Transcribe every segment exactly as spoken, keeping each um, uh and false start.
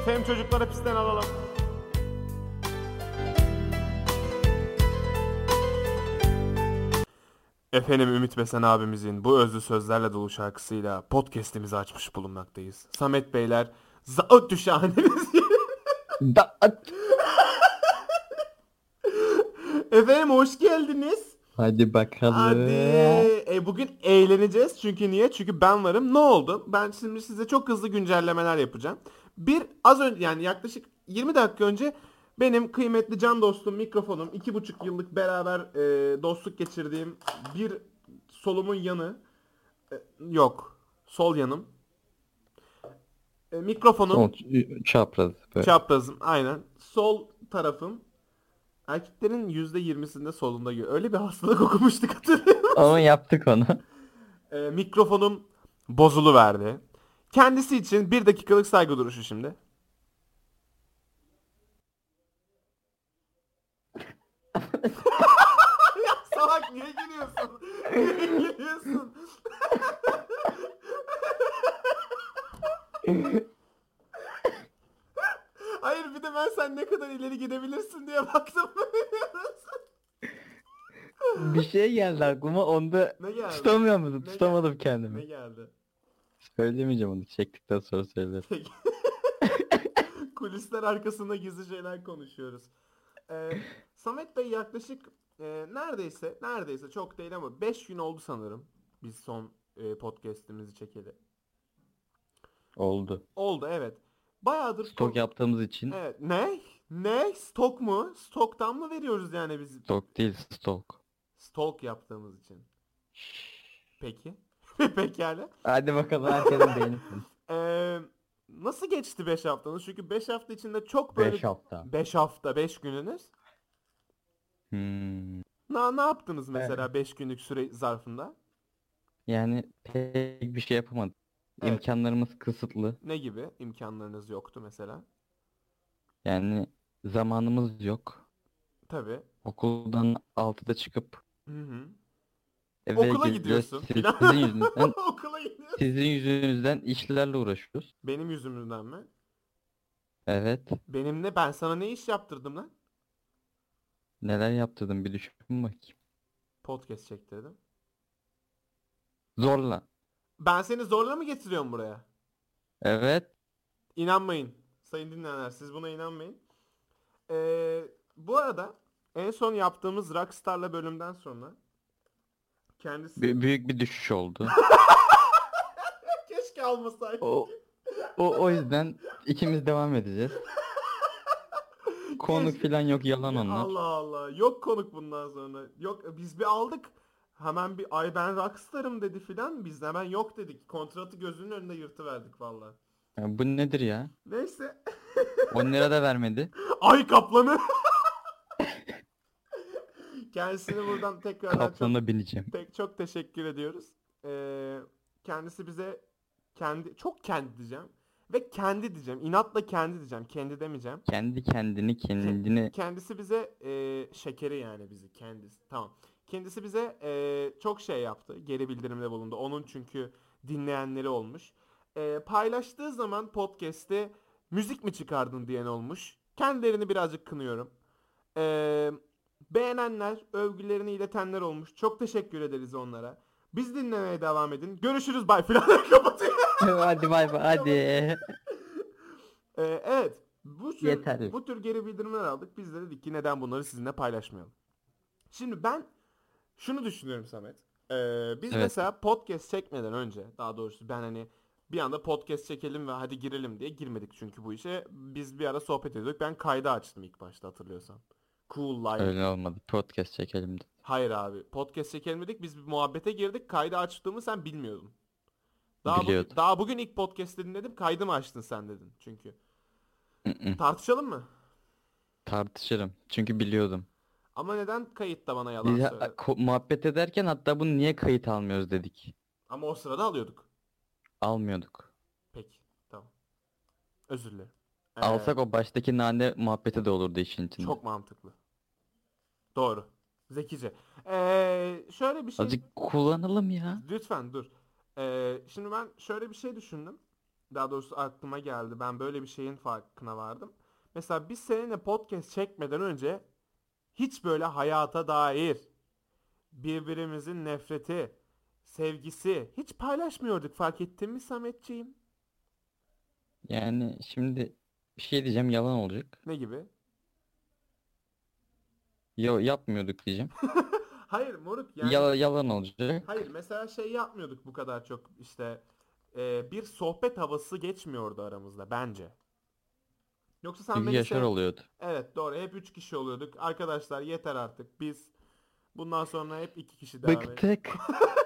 Efendim çocukları pistten alalım. Efendim Ümit Besen abimizin bu özlü sözlerle dolu şarkısıyla podcast'imizi açmış bulunmaktayız. Samet Beyler, zaöttü şahaneniz. Da Efendim hoş geldiniz. Hadi bakalım. Hadi. E, bugün eğleneceğiz. Çünkü niye? Çünkü ben varım. Ne oldu? Ben şimdi size çok hızlı güncellemeler yapacağım. Bir az önce yani yaklaşık yirmi dakika önce benim kıymetli can dostum mikrofonum iki buçuk yıllık beraber e, dostluk geçirdiğim bir solumun yanı e, yok. Sol yanım. E, mikrofonum Son çapraz böyle. çaprazım aynen. Sol tarafım erkeklerin yüzde yirmisinde solunda gö- öyle bir hastalık okumuştuk hatırlıyor musun? Ama yaptık onu. E, mikrofonum bozuluverdi. Kendisi için bir dakikalık saygı duruşu şimdi. Ya salak niye gülüyorsun? Niye gülüyorsun? Hayır bir de ben sen ne kadar ileri gidebilirsin diye baktım. Bir şey geldi aklıma, onda Ne geldi? tutamıyor musun? Ne Tutamadım geldi? Ne kendimi. geldi? Söylemeyeceğim onu. Çektikten sonra söylerim. Peki. Kulisler arkasında gizli şeyler konuşuyoruz. Ee, Samet Bey yaklaşık e, neredeyse neredeyse çok değil ama beş gün oldu sanırım biz son e, podcast'imizi çekeli. Oldu. Oldu evet. Bayağıdır Stok pod- yaptığımız için. Evet. Ne? Ne? Stok mu? Stoktan mı veriyoruz yani biz? Stok değil, stok. Stok yaptığımız için. Peki. Pekala. Hadi bakalım, herkesin beğensin. Ee, nasıl geçti beş haftanız? Çünkü beş hafta içinde çok böyle... beş hafta. beş hafta, beş gününüz. Hmm. Na, ne yaptınız Evet. mesela beş günlük süre zarfında? Yani pek bir şey yapamadık. Evet. İmkanlarımız kısıtlı. Ne gibi imkanlarınız yoktu mesela? Yani zamanımız yok. Tabii. Okuldan altıda çıkıp Hı hı. eve Okula geliyoruz. gidiyorsun Siz- filan. Sizin yüzünüzden Okula gidiyorsun. Sizin yüzünüzden işlerle uğraşıyoruz. Benim yüzümden mi? Evet. Benim ne? Ben sana ne iş yaptırdım lan? Neler yaptırdım bir düşün bakayım. Podcast çektirdim. Zorla. Ben seni zorla mı getiriyorum buraya? Evet. İnanmayın. Sayın dinleyenler siz buna inanmayın. Ee, bu arada en son yaptığımız Rockstar'la bölümden sonra kendisi... Bü- büyük bir düşüş oldu. Keşke almasaydık. O o o yüzden ikimiz devam edeceğiz. Konuk Keşke- falan yok, yalan Ya onlar. Allah Allah. Yok konuk bundan sonra. Yok biz bir aldık. Hemen bir ay ben Rockstar'ım dedi filan. Biz hemen yok dedik. Kontratı gözünün önünde yırtıverdik valla. Ya bu nedir ya? Neyse. on lira da vermedi. Ay kaplanı. Kendisine buradan tekrardan çok, Kaplana bineceğim. tek, çok teşekkür ediyoruz. Ee, kendisi bize kendi çok kendi diyeceğim ve kendi diyeceğim. İnatla kendi diyeceğim. Kendi demeyeceğim. Kendi kendini kendini Kendisi bize e, şekeri yani bizi kendisi. Tamam. Kendisi bize e, çok şey yaptı. Geri bildirimde bulundu. Onun çünkü dinleyenleri olmuş. E, paylaştığı zaman podcast'te müzik mi çıkardın diyen olmuş. Kendilerini birazcık kınıyorum. E, beğenenler, övgülerini iletenler olmuş. Çok teşekkür ederiz onlara. Biz dinlemeye devam edin. Görüşürüz bay filan kapatıyor. hadi bay bay hadi. Ee, evet. Bu tür, Yeterli. bu tür geri bildirimler aldık. Biz de dedik ki neden bunları sizinle paylaşmayalım. Şimdi ben şunu düşünüyorum Samet. Ee, biz Evet. mesela podcast çekmeden önce daha doğrusu ben hani bir anda podcast çekelim ve hadi girelim diye girmedik çünkü bu işe. Biz bir ara sohbet ediyorduk. Ben kaydı açtım ilk başta hatırlıyorsan. Cool Live. Öyle olmadı. Podcast çekelim de. Hayır abi. Podcast çekelim dedik. Biz bir muhabbete girdik. Kaydı açtığımı sen bilmiyordun. Daha bugün, Biliyordum. daha bugün ilk podcast dedin dedim. Kaydı mı açtın sen dedin çünkü. Mm-mm. Tartışalım mı? Tartışırım. Çünkü biliyordum. Ama neden kayıtta bana yalan Biz söyle? ko- muhabbet ederken hatta bunu niye kayıt almıyoruz dedik. Ama o sırada alıyorduk. Almıyorduk. Peki. Tamam. Özür dilerim. Ee, Alsak o baştaki nane muhabbeti de olurdu işin içinde. Çok mantıklı. Doğru. Zekice. Ee, şöyle bir şey... Azıcık kullanalım ya. Lütfen dur. Ee, şimdi ben şöyle bir şey düşündüm. Daha doğrusu aklıma geldi. Ben böyle bir şeyin farkına vardım. Mesela biz seninle podcast çekmeden önce hiç böyle hayata dair birbirimizin nefreti, sevgisi hiç paylaşmıyorduk, fark ettin mi Sametciğim? Yani şimdi bir şey diyeceğim, yalan olacak. Ne gibi? Yo, yapmıyorduk diyeceğim. Hayır moruk yani Yala, yalan olacak. hayır mesela şey yapmıyorduk bu kadar çok işte e, bir sohbet havası geçmiyordu aramızda bence. Yoksa sen Çünkü beni Yaşar sev... oluyordu. Evet doğru, hep üç kişi oluyorduk. Arkadaşlar yeter artık, biz bundan sonra hep iki kişi devam et. Bıktık.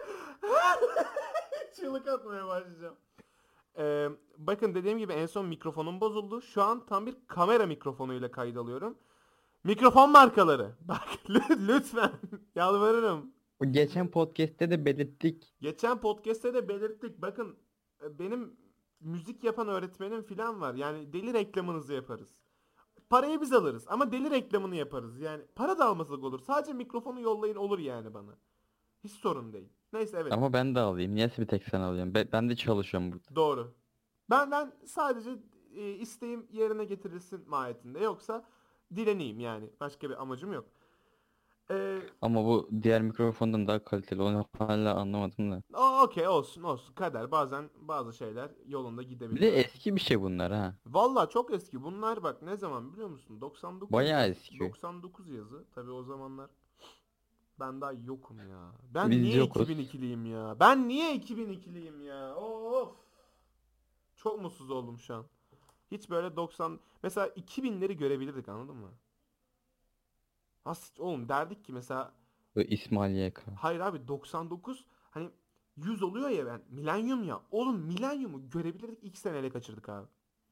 Çığlık atmaya başlayacağım. Ee, bakın dediğim gibi en son mikrofonum bozuldu. Şu an tam bir kamera mikrofonuyla kayıt alıyorum. Mikrofon markaları. Bak lütfen yalvarırım. O geçen podcast'te de belirttik. Geçen podcast'te de belirttik. Bakın e, benim müzik yapan öğretmenim falan var. Yani deli reklamınızı yaparız. Parayı biz alırız ama deli reklamını yaparız. Yani para da almasak olur. Sadece mikrofonu yollayın olur yani bana. Hiç sorun değil. Neyse evet. Ama ben de alayım. Niye bir tek sen alıyorsun? Ben, ben de çalışıyorum burada. Doğru. Ben ben sadece e, isteğim yerine getirilsin mahiyetinde. Yoksa direneyim yani. Başka bir amacım yok. Ee, Ama bu diğer mikrofondan daha kaliteli. Onu hala anlamadım da. o- okey olsun olsun. Kader. Bazen bazı şeyler yolunda Bir de gidebiliyor. eski bir şey bunlar ha. Valla çok eski. Bunlar bak ne zaman biliyor musun? doksan dokuz Bayağı yaz. eski. doksan dokuz yazı. Tabii o zamanlar ben daha yokum ya. Ben Biz niye yokuz. iki bin ikiliyim ya? Ben niye iki bin ikiliyim ya? Of. Çok mutsuz oldum şu an. Hiç böyle doksan mesela iki binleri görebilirdik, anladın mı? Asit oğlum derdik ki mesela Bu İsmail Y K. hayır abi doksan dokuz hani yüz oluyor ya, ben milenyum ya. Oğlum milenyumu görebilirdik, ilk sene ele kaçırdık abi.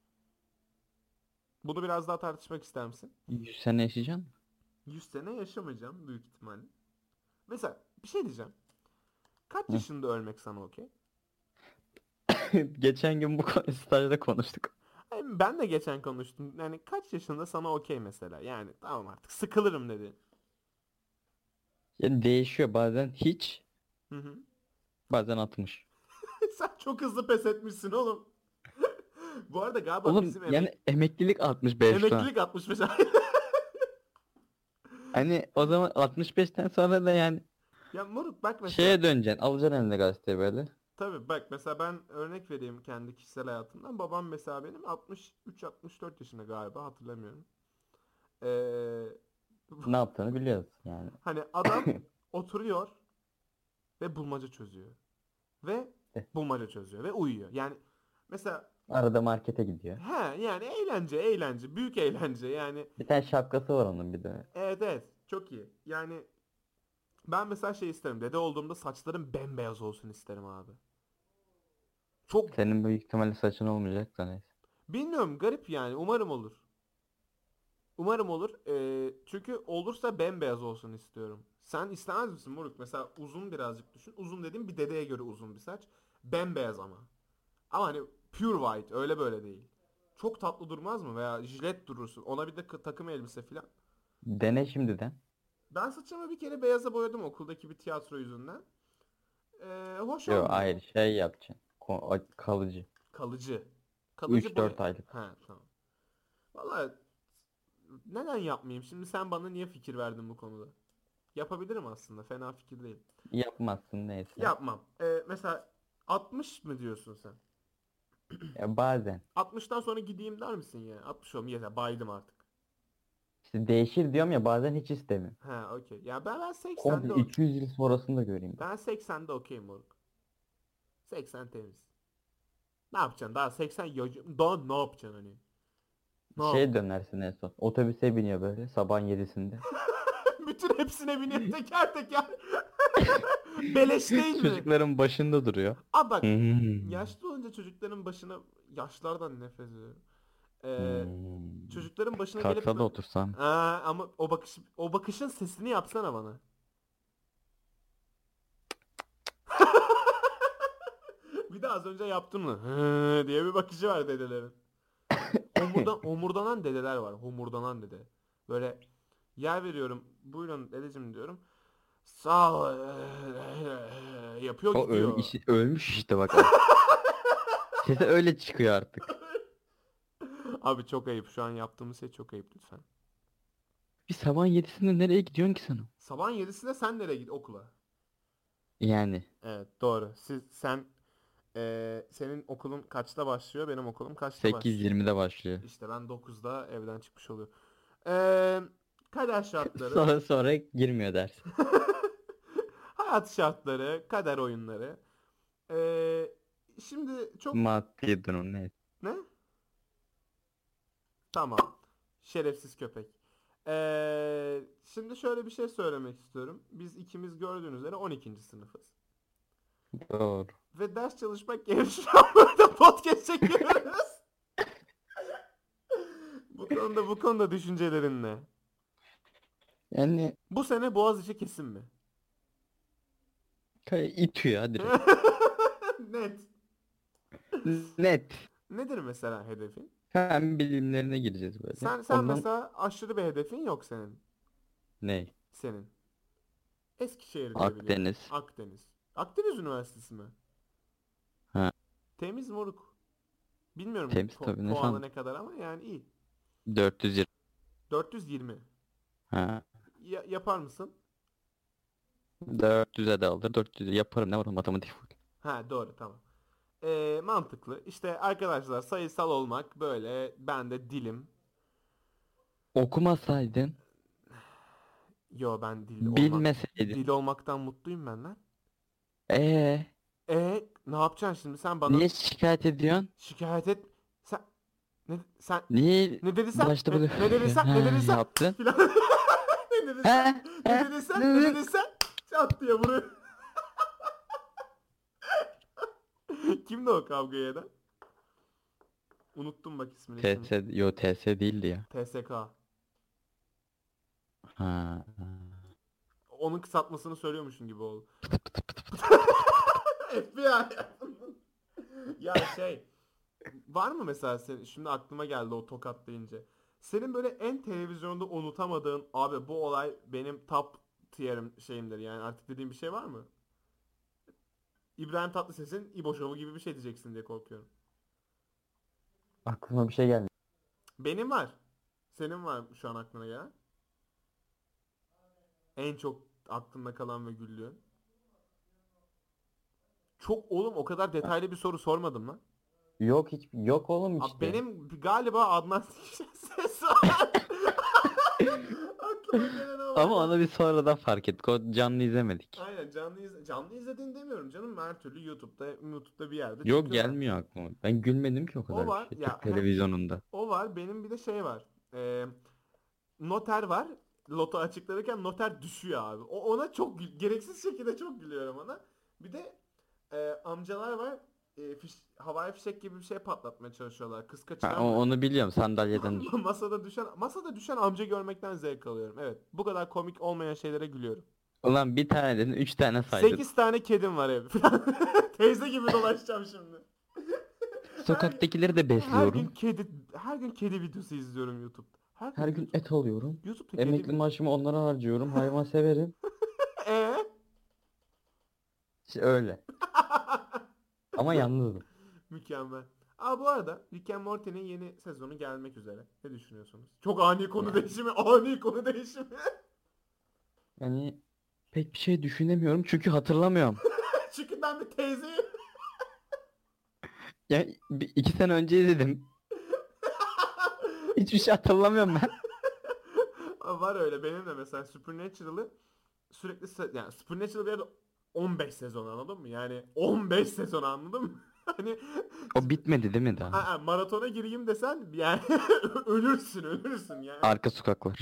Bunu biraz daha tartışmak ister misin? yüz sene yaşayacaksın. yüz sene yaşamayacağım büyük ihtimalle. Mesela bir şey diyeceğim. Kaç Hı. yaşında ölmek sana okey? Geçen gün bu konu stajda konuştuk. Hani ben de geçen konuştum. Yani kaç yaşında sana okey mesela? Yani tamam artık sıkılırım dedi. Yani değişiyor, bazen hiç, Hı hı. bazen altmış. Sen çok hızlı pes etmişsin oğlum. Bu arada galiba Oğlum bizim yani emek emeklilik altmış beş şu an. emeklilik altmış beş. Hani o zaman altmış beşten sonra da yani Ya moruk bak mesela. şeye döneceksin. Alacaksın eline gazete böyle. Tabii bak mesela ben örnek vereyim kendi kişisel hayatımdan. Babam mesela benim altmış üç altmış dört yaşında galiba, hatırlamıyorum. Ee, Ne yaptığını biliyoruz yani. hani adam oturuyor ve bulmaca çözüyor. Ve bulmaca çözüyor ve uyuyor. Yani mesela Arada markete gidiyor. he yani eğlence eğlence büyük eğlence yani. Bir tane şapkası var onun bir de. Evet evet çok iyi. Yani ben mesela şey isterim, dede olduğumda saçlarım bembeyaz olsun isterim abi. Çok Senin büyük ihtimalle saçın olmayacak da neyse. bilmiyorum, garip yani, umarım olur. Umarım olur. Ee, çünkü olursa bembeyaz olsun istiyorum. Sen istemez misin moruk? Mesela uzun birazcık düşün. Uzun dediğim bir dedeye göre uzun bir saç. Bembeyaz ama. Ama hani pure white, öyle böyle değil. Çok tatlı durmaz mı? Veya jilet durursun. Ona bir de k- takım elbise falan. Dene şimdiden. Ben saçımı bir kere beyaza boyadım okuldaki bir tiyatro yüzünden. Ee, hoş Yok olmuyor. hayır, şey yapacaksın. Ko- o- Kalıcı. Kalıcı. Kalıcı üç boya. dört aylık. Ha tamam. Vallahi neden yapmayayım? Şimdi sen bana niye fikir verdin bu konuda? Yapabilirim aslında. Fena fikir değil. Yapmazsın neyse. Yapmam. Ee, mesela altmış mı diyorsun sen? Ya bazen. altmıştan sonra gideyim der misin ya? altmış oğlum yeter, baydım artık. İşte değişir diyorum ya, bazen hiç istemiyorum. Ha okey. Ya ben ben seksende Komple o- iki yüz yıl sonrasını da göreyim ben. ben seksende okeyim moruk. seksen temiz. Ne yapacaksın? Daha seksen yoc- daha ne yapacaksın hani? Ne yap? Şey dönersin en son. Otobüse biniyor böyle sabahın yedisinde. Bütün hepsine binip teker teker. Beleş değil mi? Çocukların başında duruyor. Abi bak, Hmm. yaşlı olunca çocukların başına, yaşlardan nefret ediyorum. Ee, Hmm. çocukların başına gelip Kalksa da böyle- otursam. Aa, ama o bakış o bakışın sesini yapsana bana. Bir de az önce yaptın mı? Hı diye bir bakışı var dedelerin. Homurdan, homurdanan dedeler var. Homurdanan dede. Böyle yer veriyorum. Buyurun dedeciğim diyorum. Sağ ol. Yapıyor O öl gidiyor. işi, ölmüş işte bak. Sesi öyle çıkıyor artık. Abi çok ayıp. Şu an yaptığımız şey çok ayıp lütfen. Bir sabahın yedisinde nereye gidiyorsun ki sen? Sabahın yedisinde sen nereye git okula? Yani Evet doğru. Siz sen eee, senin okulun kaçta başlıyor? Benim okulum kaçta başlıyor? sekiz yirmide başlıyor. İşte ben dokuzda evden çıkmış oluyorum. Eee kader şartları, Sonra sonra girmiyor ders. hayat şartları, kader oyunları. Eee, şimdi çok Maddi durum ne? ne? Tamam. Şerefsiz köpek. Eee, şimdi şöyle bir şey söylemek istiyorum. Biz ikimiz gördüğünüz üzere on ikinci sınıfız. Doğru. Ve ders çalışmak yerine şu an burada podcast çekiyoruz. Bu konuda bu konuda düşüncelerin ne? Yani Bu sene Boğaziçi kesin mi? kay- itiyor ha direkt. Net. Net. Nedir mesela hedefin? Fen bilimlerine gireceğiz böyle. Sen sen Ondan mesela aşırı bir hedefin yok senin. ne? Senin. Eskişehir diye biliyorum. Akdeniz. Akdeniz. Akdeniz Üniversitesi mi? Ha, Temiz moruk. Bilmiyorum temiz pu- tabii ne puanı sandın? ne kadar ama yani iyi. dört yüz yirmi. dört yüz yirmi. Ha. Ya- yapar mısın? dört yüze de alır. dört yüze yaparım ne var matematik full. Ha doğru tamam. Ee, mantıklı. İşte arkadaşlar sayısal olmak böyle ben de dilim. Okumasaydın, Yo ben dil olmak bilmeseydin. dil olmaktan mutluyum ben lan. Ee, E ne yapacaksın şimdi sen bana niye şikayet ediyorsun? şikayet et. Sen ne sen Niye ne dedin sen? başta Ne, böyle ne dedin sen? ha, Ne dedin sen? yaptın? Filan. Ne dedin sen? Ha, Ne ha, dedin sen? ne Ne dedin? dedin sen? Çat diye vuruyor. Kimdi o kavgayı eden? Unuttum bak ismini şimdi. T S, yo T S değildi ya. T S K. Ha. Onun kısaltmasını söylüyormuşsun gibi oldu. F B I. Ya şey var mı mesela senin şimdi aklıma geldi o tokat deyince. Senin böyle en televizyonda unutamadığın abi bu olay benim top tier'im şeyimdir yani artık dediğin bir şey var mı? İbrahim Tatlıses'in İbo Show'u gibi bir şey diyeceksin diye korkuyorum. Aklıma bir şey geldi. Benim var. Senin var mı şu an aklına gelen? En çok aklında kalan ve güldüğün. Çok oğlum o kadar detaylı bir soru sormadım lan. Yok hiç yok oğlum Abi işte. benim galiba Adnan ses var. Aklıma gelen o var Ama ya. onu bir sonradan fark ettik. O canlı izlemedik. Aynen canlı izle canlı izlediğini demiyorum canım her türlü YouTube'da YouTube'da bir yerde Yok çıkıyor. gelmiyor aklıma. Ben gülmedim ki o O kadar var bir şey. ya Türk he- televizyonunda. o var benim bir de şey var. Ee, noter var. Loto açıklarken noter düşüyor abi. O ona çok gül- gereksiz şekilde çok gülüyorum ona. Bir de e, amcalar var. E, fiş, havai fişek gibi bir şey patlatmaya çalışıyorlar. Kız Ha, kaçıran o- var. onu biliyorum sandalyeden düş. masada düşen masada düşen amca görmekten zevk alıyorum. Evet. Bu kadar komik olmayan şeylere gülüyorum. Ulan bir tane dedin üç tane saydın. sekiz tane kedim var evde. Teyze gibi dolaşacağım şimdi. Sokaktakileri de Her gün besliyorum. kedi her gün kedi videosu izliyorum YouTube'da. Her gün Her gün YouTube, et alıyorum. YouTube'da kedi Emekli vi- maaşımı onlara harcıyorum. Hayvan severim. Ee? İşte öyle. Ama yalnızım. Mükemmel. Aa bu arada Rick and Morty'nin yeni sezonu gelmek üzere. Ne düşünüyorsunuz? Çok ani konu Yani, değişimi, ani konu değişimi. yani pek bir şey düşünemiyorum çünkü hatırlamıyorum. Çünkü ben bir teyzeyim. Ya bir, iki sene önce izledim. Hiçbir şey hatırlamıyorum ben. Aa, var öyle benim de mesela Supernatural'ı sürekli se- yani Supernatural bir yerde on beş sezon anladın mı? Yani on beş sezon anladın mı? Hani O bitmedi değil mi daha? aa, maratona gireyim desen yani ölürsün ölürsün yani. Arka sokaklar.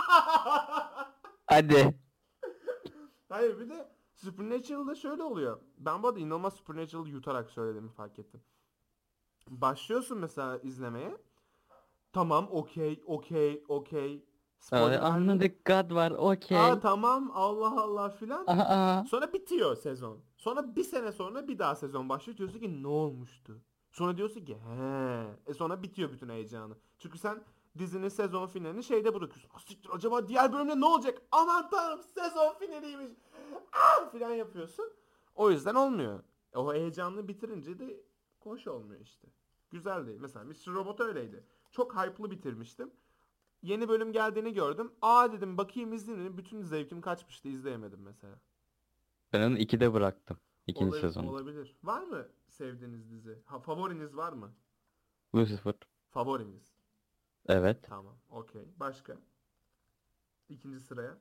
Hadi. Hayır bir de Supernatural'da şöyle oluyor. Ben bu arada inanılmaz Supernatural'ı yutarak söylediğimi fark ettim. Başlıyorsun mesela izlemeye. Tamam okey okey okey. Ay, Spoiler vermeyeyim. anladık God var Aa okey. tamam Allah Allah filan. Aha, aha. Sonra bitiyor sezon. Sonra bir sene sonra bir daha sezon başlıyor. Diyorsun ki ne olmuştu? Sonra diyorsun ki he. E sonra bitiyor bütün heyecanı. Çünkü sen dizinin sezon finalini şeyde bırakıyorsun. Ah siktir acaba diğer bölümde ne olacak? Aman tanrım sezon finaliymiş. Ah filan yapıyorsun. O yüzden olmuyor. O heyecanını bitirince de Hoş olmuyor işte. Güzel değil. Mesela mister Robot öyleydi. Çok hype'lı bitirmiştim. Yeni bölüm geldiğini gördüm. Aa dedim bakayım izleyeyim dedim. Bütün zevkim kaçmıştı, izleyemedim mesela. Ben onu ikide bıraktım. İkinci Olabilir, sezonda. olabilir. Var mı sevdiğiniz dizi? Ha, favoriniz var mı? Lucifer. Favoriniz. Evet. Tamam. Okey. Başka? İkinci sıraya.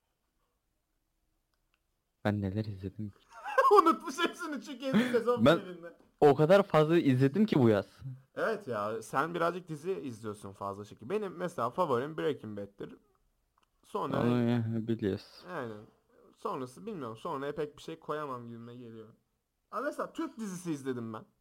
Ben neler izledim ki? Unutmuş hepsini çünkü yeni sezon Ben finalinde. o kadar fazla izledim ki bu yaz. Evet ya, sen birazcık dizi izliyorsun fazla şekilde. Benim mesela favorim Breaking Bad'tir. Sonra Onu ya biliyorsun. yani sonrası bilmiyorum. Sonraya pek bir şey koyamam gibime geliyor. Ama mesela Türk dizisi izledim ben.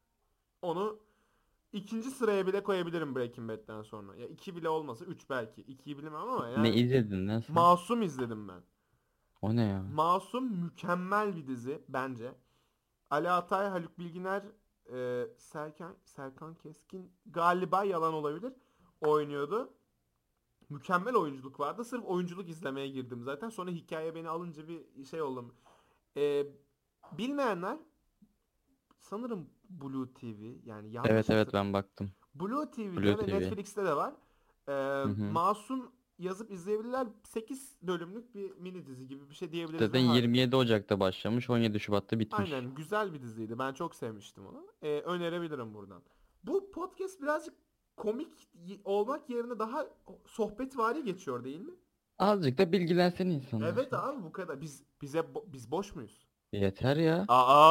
Onu ikinci sıraya bile koyabilirim Breaking Bad'den sonra. Ya iki bile olmasa üç belki. ikiyi bilemem ama Ne yani izledin lan sen? Masum izledim ben. O ne ya? Masum mükemmel bir dizi bence. Ali Atay, Haluk Bilginer, e, Serkan Serkan Keskin galiba, yalan olabilir, oynuyordu. Mükemmel oyunculuk vardı. Sırf oyunculuk izlemeye girdim zaten. Sonra hikaye beni alınca bir şey oldum. E, Bilmeyenler sanırım Blue T V, yani yanlış Evet evet hatır. ben baktım. Blue T V'de Blue ve T V. Netflix'te de var. E, Hı hı. Masum yazıp izleyebilirler. sekiz bölümlük bir mini dizi gibi bir şey diyebiliriz ve Zaten harika. yirmi yedi Ocak'ta başlamış, on yedi Şubat'ta bitmiş. Aynen, güzel bir diziydi. Ben çok sevmiştim onu. Ee, önerebilirim buradan. Bu podcast birazcık komik y- olmak yerine daha sohbetvari geçiyor değil mi? Azıcık da bilgilensin insanlar Evet ya. abi, bu kadar. Biz bize bo- biz boş muyuz? Yeter ya.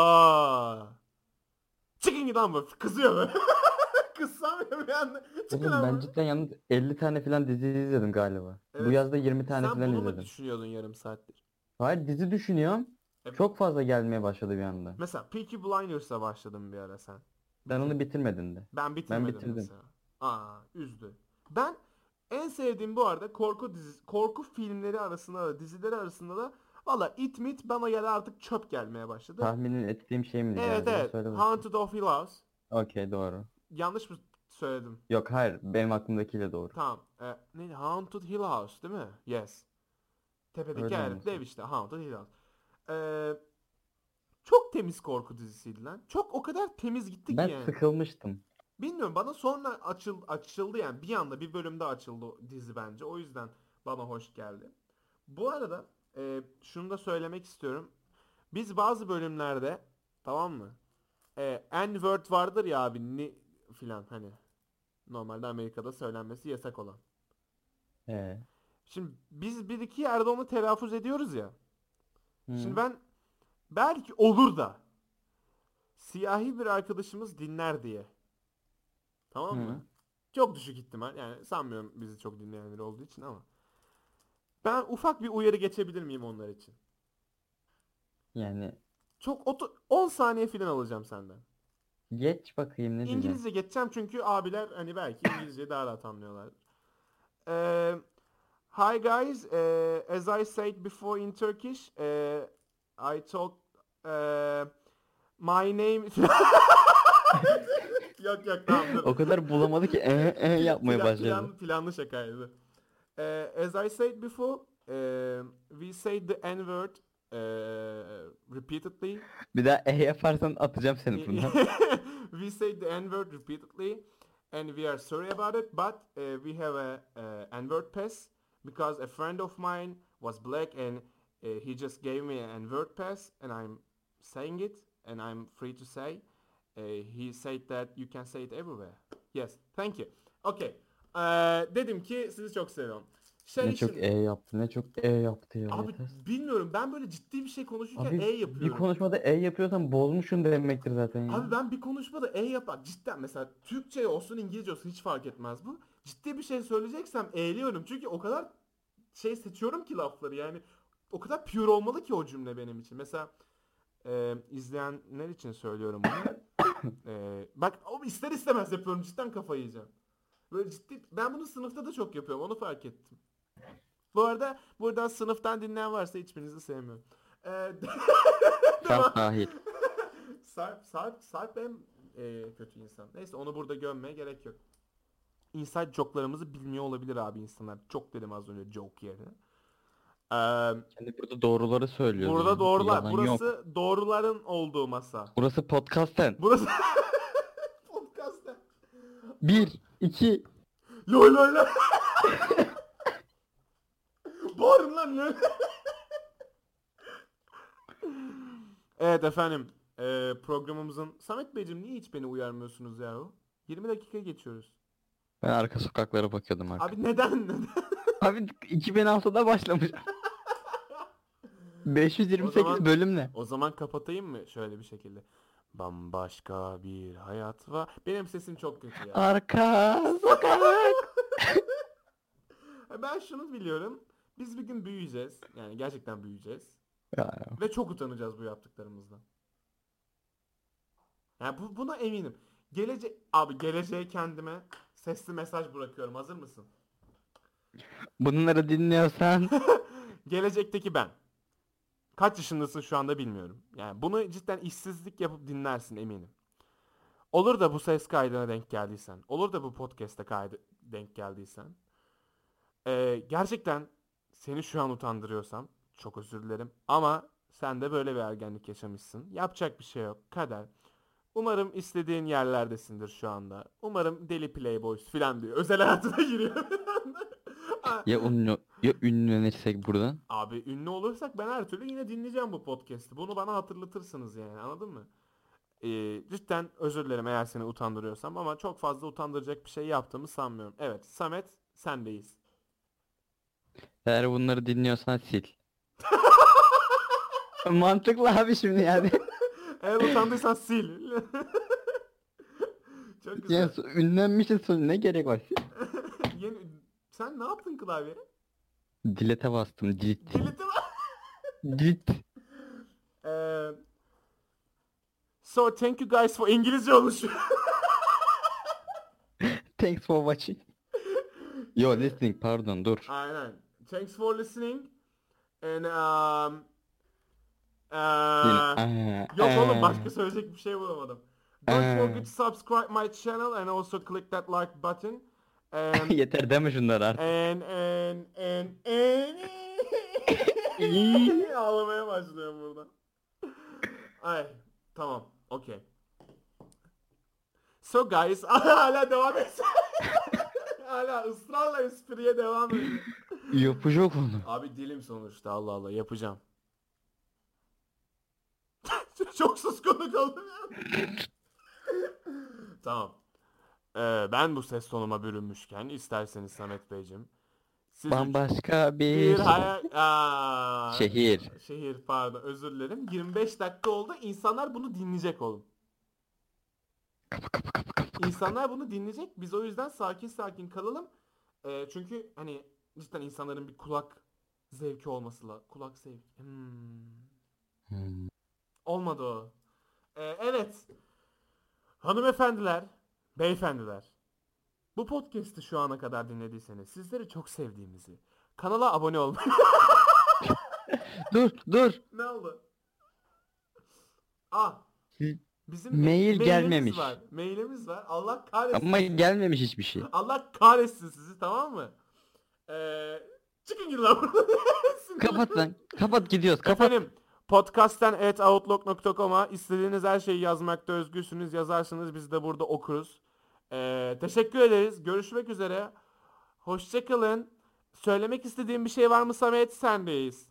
Aa! Çıkın git lan bu. Kızıyor böyle. Kızsam ya bir anda. Çıkın Oğlum ben ama. cidden yalnız elli tane falan dizi izledim galiba. Bu Evet. yazda yirmi tane Sen falan bunu mu izledim. düşünüyordun yarım saattir? Hayır dizi düşünüyorum. E, Çok fazla gelmeye başladı bir anda. Mesela Peaky Blinders'a başladın bir ara sen. Sen onu Bitirdin. bitirmedin de. Ben Ben bitirmedim bitirdim. mesela. Aa, üzdü. Ben en sevdiğim bu arada korku dizi, korku filmleri arasında da dizileri arasında da valla It Mit bana göre artık çöp gelmeye başladı. Tahmin ettiğim şey mi diyeceksin Evet acaba? evet. Söyle bakayım. Haunted of Hill House. Okey doğru. Yanlış mı söyledim? Yok hayır benim aklımdakiyle doğru. Tamam. E, neydi? Haunted Hill House değil mi? Yes. Tepedeki Öyle hayalet olması. dev işte. Haunted Hill House. Ee, çok temiz korku dizisiydi lan. Çok, o kadar temiz gitti ki Ben yani. sıkılmıştım. Bilmiyorum, bana sonra açıl, açıldı yani, bir anda bir bölümde açıldı o dizi bence. O yüzden bana hoş geldi. Bu arada e, şunu da söylemek istiyorum. Biz bazı bölümlerde, tamam mı? E, N-word vardır ya abi, ni filan hani. Normalde Amerika'da söylenmesi yasak olan. Ee, Şimdi biz bir iki yerde onu telaffuz ediyoruz ya. Şimdi hı, ben belki olur da siyahi bir arkadaşımız dinler diye. Tamam mı? hı. Çok düşük ihtimal. Yani sanmıyorum bizi çok dinleyenler olduğu için ama. Ben ufak bir uyarı geçebilir miyim onlar için? Yani Çok otu- on saniye falan alacağım senden. geç bakayım ne diyeceksin. İngilizce geçeceğim çünkü abiler hani belki İngilizceyi daha rahat anlıyorlar. Ee, Hi guys, uh, as I said before in Turkish, uh, I talk uh, my name. Yok yok, tamam dur. O kadar bulamadı ki e, e Pla- yapmaya pla- başladı. plan, planlı şakaydı. Uh, as I said before, uh, we say the N-word uh, repeatedly. Bir daha e yaparsan atacağım seni buradan. We say the N-word repeatedly, and we are sorry about it, but uh, we have a, a N-word pass because a friend of mine was black and uh, he just gave me an N-word pass, and I'm saying it, and I'm free to say. Uh, he said that you can say it everywhere. Yes, thank you. Okay. Ee, dedim ki sizi çok seviyorum. Şey Ne çok için e yaptı ne çok e yaptı ya abi yeter. bilmiyorum, ben böyle ciddi bir şey konuşurken E Abi bir yapıyorum. konuşmada e yapıyorsan bozmuşsun demektir zaten ya. Abi ben bir konuşmada E yapar cidden, mesela Türkçe olsun İngilizce olsun hiç fark etmez bu. Ciddi bir şey söyleyeceksem E'liyorum çünkü o kadar şey seçiyorum ki lafları, yani o kadar pure olmalı ki o cümle benim için. Mesela e, izleyenler için söylüyorum bunu. E, bak o ister istemez yapıyorum, cidden kafayı yiyeceğim. Böyle ciddi, ben bunu sınıfta da çok yapıyorum, onu fark ettim. Bu arada buradan sınıftan dinleyen varsa hiçbirinizi sevmiyorum. E, Sarp devam. dahil. Sarp, Sarp, Sarp en e, kötü insan. Neyse, onu burada gömmeye gerek yok. Inside joke'larımızı bilmiyor olabilir abi insanlar. Çok dedim az önce joke yerine. Ee, Kendi burada doğruları söylüyoruz burada yani. doğrular. Yalan yok. Burası doğruların olduğu masa. Burası podcast'ten. Burası Bir, iki. Loy loy loy. Bağırın lan loy. Evet efendim. Ee, programımızın... Samet Beyciğim niye hiç beni uyarmıyorsunuz yahu? yirmi dakika geçiyoruz. Ben arka sokaklara bakıyordum artık. Abi neden? Neden? Abi iki bin altıda başlamış. O beş yüz yirmi sekiz zaman- bölüm ne? O zaman kapatayım mı şöyle bir şekilde? Bambaşka bir hayat var. Benim sesim çok kötü ya. Arka sokak. Ben şunu biliyorum. Biz bir gün büyüyeceğiz. Yani gerçekten büyüyeceğiz. Ya, Ve çok utanacağız bu yaptıklarımızdan. Yani bu, buna eminim. Gelece Abi geleceğe kendime sesli mesaj bırakıyorum. Hazır mısın? bunları dinliyorsan Gelecekteki ben. Kaç yaşındasın şu anda bilmiyorum. Yani bunu cidden işsizlik yapıp dinlersin eminim. Olur da bu ses kaydına denk geldiysen, olur da bu podcast'e kaydı denk geldiysen, eee, gerçekten seni şu an utandırıyorsam çok özür dilerim. Ama sen de böyle bir ergenlik yaşamışsın. Yapacak bir şey yok. Kader. Umarım istediğin yerlerdesindir şu anda. Umarım deli playboys falan diyor. Özel hayatına giriyor. ya ünlü ya ünlenirsek buradan. Abi ünlü olursak ben her türlü yine dinleyeceğim bu podcast'i. Bunu bana hatırlatırsınız yani, anladın mı? Ee, cidden özür dilerim eğer seni utandırıyorsam ama çok fazla utandıracak bir şey yaptığımı sanmıyorum. Evet Samet sendeyiz. Eğer bunları dinliyorsan sil. Mantıklı abi şimdi yani. Eğer utandıysan sil. Çok Yani güzel. so- ünlenmişsin sonra ne gerek var? Yeni... Sen ne yaptın klavyeye? Dilete bastım. Dilit. Delete mi? Dilit. Ee, so thank you guys for İngilizce olmuş. Thanks for watching. Yo listening pardon dur. Aynen. Thanks for listening. And um, Yine. uh, Aa, yok oğlum aa. başka söyleyecek bir şey bulamadım. Don't Aa. forget to subscribe my channel and also click that like button. And Yeter deme şunları artık. and and and and ağlamaya başlıyorum burada. Ay tamam okey. So guys hala devam et. Hala ısrarla espriye devam ediyor. Yapacak onu. Abi dilim sonuçta Allah Allah yapacağım. Çok suskun kaldım ya. Tamam. Ee, ben bu ses tonuma bürünmüşken isterseniz Samet Beyciğim. Siz üç- Bambaşka bir, bir hayal... Aa, şehir. Şehir pardon özür dilerim. yirmi beş dakika oldu. İnsanlar bunu dinleyecek oğlum. Kapı kapı kapı kapı kapı. İnsanlar bunu dinleyecek. Biz o yüzden sakin sakin kalalım. Ee, çünkü hani cidden insanların bir kulak zevki olması la. Kulak zevki. Hmm. Hmm. Olmadı o. Ee, evet. Hanımefendiler, beyefendiler. Bu podcast'i şu ana kadar dinlediyseniz sizleri çok sevdiğimizi, kanala abone olmayı... Dur dur. Ne oldu? Ah, bizim Mail mailimiz gelmemiş. var. Mailimiz var. Allah kahretsin. Ama gelmemiş hiçbir şey. Allah kahretsin sizi, tamam mı? Ee, çıkın gidin lan buradan. Kapat lan. Kapat gidiyoruz. Kapat. Efendim podcast'ten at outlook nokta com'a istediğiniz her şeyi yazmakta özgürsünüz. Yazarsınız biz de burada okuruz. Ee, teşekkür ederiz. Görüşmek üzere. Hoşçakalın. Söylemek istediğim bir şey var mı Samet? Sendeyiz.